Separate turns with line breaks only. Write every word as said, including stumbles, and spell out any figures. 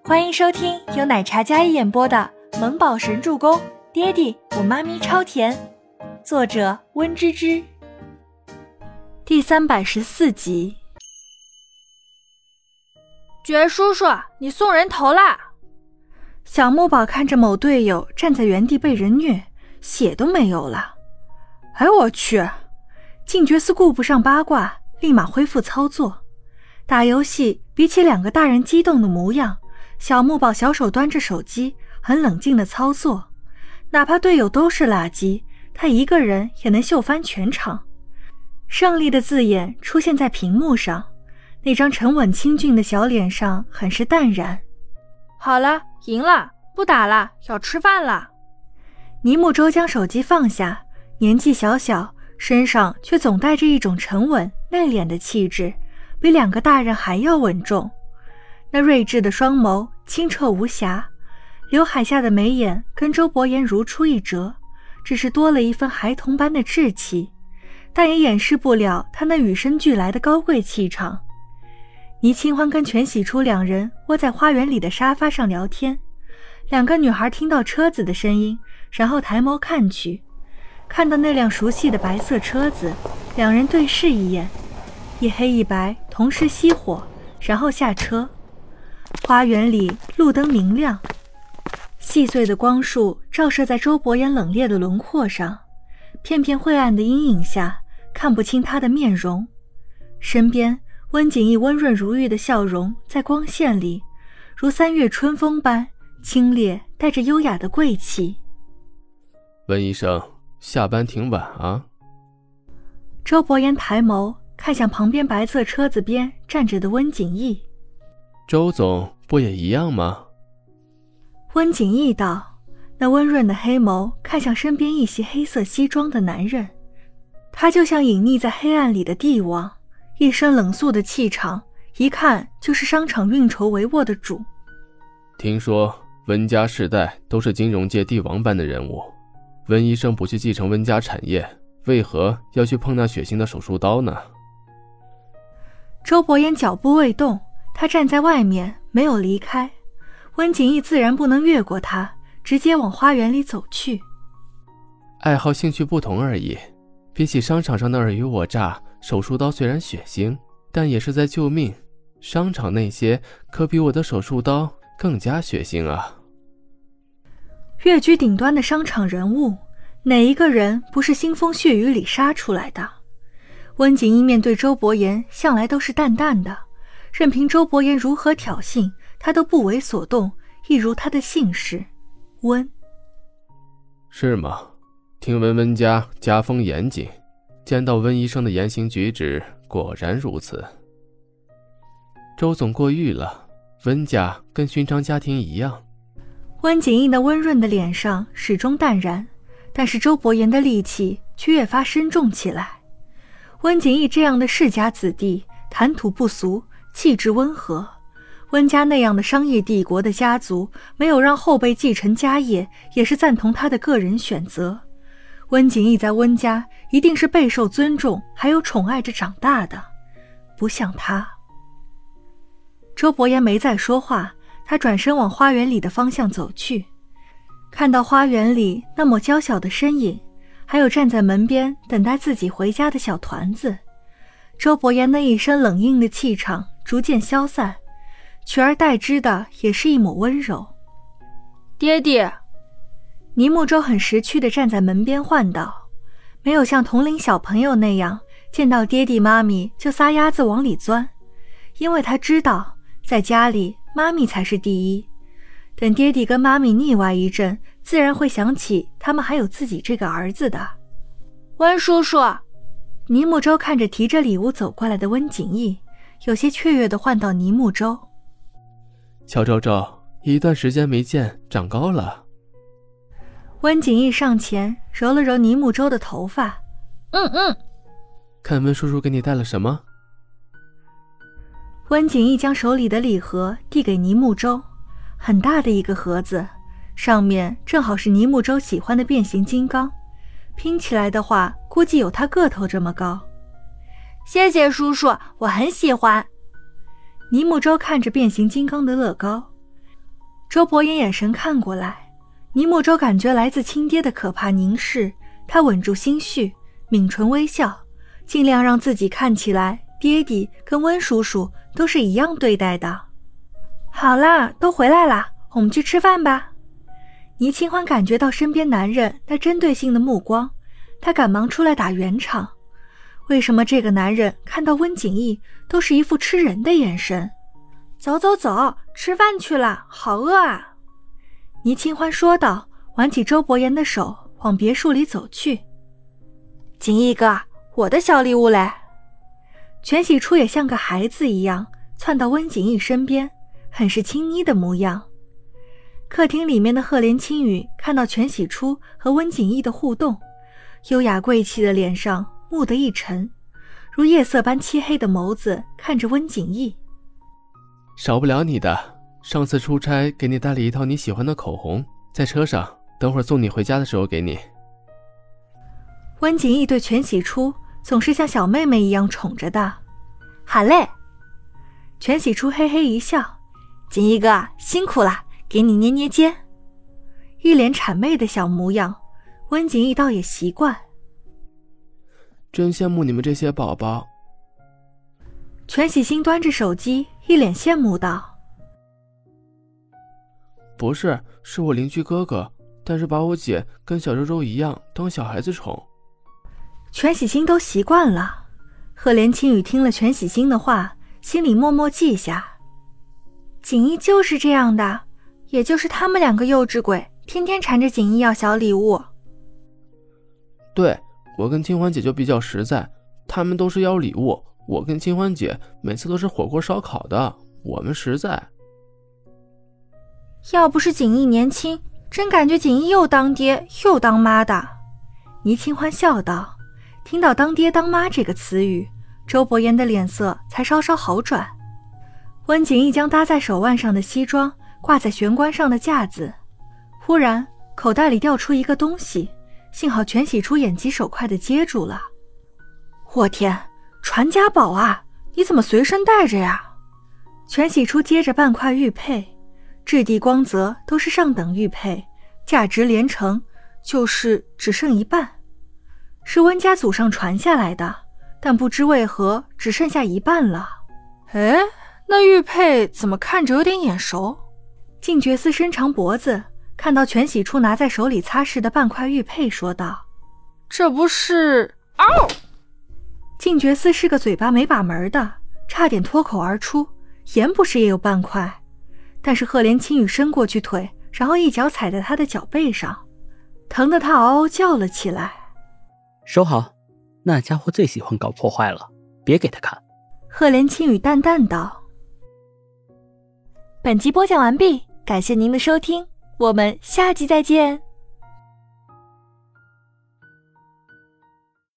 欢迎收听由奶茶嘉一演播的《萌宝神助攻》，爹地我妈咪超甜，作者温芝芝。第三百十四集。
觉叔叔，你送人头啦！
小木宝看着某队友站在原地被人虐，血都没有了。哎我去！静觉寺顾不上八卦，立马恢复操作。打游戏比起两个大人激动的模样，小木宝小手端着手机，很冷静的操作。哪怕队友都是垃圾，他一个人也能秀翻全场。胜利的字眼出现在屏幕上，那张沉稳清俊的小脸上很是淡然。
好了，赢了，不打了，要吃饭了。
尼木舟将手机放下，年纪小小，身上却总带着一种沉稳内敛的气质，比两个大人还要稳重。那睿智的双眸清澈无瑕，刘海下的眉眼跟周伯言如出一辙，只是多了一份孩童般的稚气，但也掩饰不了他那与生俱来的高贵气场。倪清欢跟全喜初两人窝在花园里的沙发上聊天，两个女孩听到车子的声音，然后抬眸看去，看到那辆熟悉的白色车子，两人对视一眼，一黑一白同时熄火，然后下车。花园里路灯明亮，细碎的光束照射在周伯言冷冽的轮廓上，片片灰暗的阴影下看不清他的面容。身边温景逸温润如玉的笑容在光线里如三月春风般清冽，带着优雅的贵气。
温医生，下班挺晚啊。
周伯言抬眸看向旁边白色车子边站着的温景逸。
周总不也一样吗？
温景逸道，那温润的黑眸看向身边一袭黑色西装的男人，他就像隐匿在黑暗里的帝王，一身冷肃的气场，一看就是商场运筹帷幄的主。
听说温家世代都是金融界帝王般的人物，温医生不去继承温家产业，为何要去碰那血腥的手术刀呢？
周伯言脚步未动，他站在外面没有离开，温景逸自然不能越过他，直接往花园里走去。
爱好兴趣不同而已，比起商场上的尔虞我诈，手术刀虽然血腥，但也是在救命，商场那些可比我的手术刀更加血腥啊。
跃居顶端的商场人物，哪一个人不是腥风血雨里杀出来的？温景逸面对周伯言向来都是淡淡的，任凭周伯言如何挑衅，他都不为所动，一如他的姓氏温。
是吗？听闻温家家风严谨，见到温医生的言行举止果然如此。周总过誉了，温家跟寻常家庭一样。
温景逸那温润的脸上始终淡然，但是周伯言的戾气却越发深重起来。温景逸这样的世家子弟，谈吐不俗，气质温和，温家那样的商业帝国的家族，没有让后辈继承家业，也是赞同他的个人选择。温景逸在温家一定是备受尊重还有宠爱着长大的，不像他。周伯言没再说话，他转身往花园里的方向走去，看到花园里那抹娇小的身影，还有站在门边等待自己回家的小团子，周伯言那一身冷硬的气场逐渐消散，取而代之的也是一抹温柔。
爹地！
倪木舟很识趣地站在门边唤道，没有像同龄小朋友那样见到爹地妈咪就撒丫子往里钻，因为他知道在家里妈咪才是第一，等爹地跟妈咪腻歪一阵，自然会想起他们还有自己这个儿子的。
温叔叔！
倪木舟看着提着礼物走过来的温景逸，有些雀跃地唤到倪木舟。
小周周，一段时间没见，长高了。
温景逸上前揉了揉倪木舟的头发。
嗯嗯。
看温叔叔给你带了什么？
温景逸将手里的礼盒递给倪木舟，很大的一个盒子，上面正好是倪木舟喜欢的变形金刚，拼起来的话估计有他个头这么高。
谢谢叔叔，我很喜欢。
倪木舟看着变形金刚的乐高， 周伯言眼神看过来，倪莫舟感觉来自亲爹的可怕凝视，他稳住心绪，抿唇微笑，尽量让自己看起来爹地跟温叔叔都是一样对待的。好啦，都回来啦，我们去吃饭吧。倪清欢感觉到身边男人那针对性的目光，他赶忙出来打圆场。为什么这个男人看到温景逸都是一副吃人的眼神？走走走，吃饭去了，好饿啊。倪清欢说道，挽起周伯言的手往别墅里走去。景逸哥，我的小礼物嘞。全喜初也像个孩子一样窜到温景逸身边，很是亲昵的模样。客厅里面的赫连青羽看到全喜初和温景逸的互动，优雅贵气的脸上蓦地一沉，如夜色般漆黑的眸子看着温景逸。
少不了你的，上次出差给你带了一套你喜欢的口红，在车上，等会儿送你回家的时候给你。
温景逸对全喜初总是像小妹妹一样宠着的。好嘞。全喜初嘿嘿一笑，景逸哥辛苦了，给你捏捏肩。一脸谄媚的小模样，温景逸倒也习惯。
真羡慕你们这些宝宝。
全喜星端着手机，一脸羡慕道。
不是，是我邻居哥哥，但是把我姐跟小周周一样当小孩子宠。
全喜星都习惯了。赫连青羽听了全喜星的话，心里默默记下。景逸就是这样的，也就是他们两个幼稚鬼天天缠着景逸要小礼物。
对，我跟清欢姐就比较实在，他们都是要礼物，我跟清欢姐每次都是火锅烧烤的，我们实在。
要不是景逸年轻，真感觉景逸又当爹又当妈的。倪清欢笑道。听到当爹当妈这个词语，周伯言的脸色才稍稍好转。温景逸将搭在手腕上的西装挂在玄关上的架子，忽然口袋里掉出一个东西，幸好全喜初眼疾手快地接住了。我天，传家宝啊，你怎么随身带着呀？全喜初接着半块玉佩，质地光泽都是上等玉佩，价值连城，就是只剩一半。是温家祖上传下来的，但不知为何只剩下一半了。哎，那玉佩怎么看着有点眼熟？静觉寺伸长脖子，看到全喜初拿在手里擦拭的半块玉佩，说道：这不是……嗷！静觉寺是个嘴巴没把门的，差点脱口而出，言不是也有半块。但是赫连青羽伸过去腿，然后一脚踩在他的脚背上，疼得他嗷嗷叫了起来。
收好，那家伙最喜欢搞破坏了，别给他看。
赫连青羽淡淡道。本集播讲完毕，感谢您的收听，我们下集再见。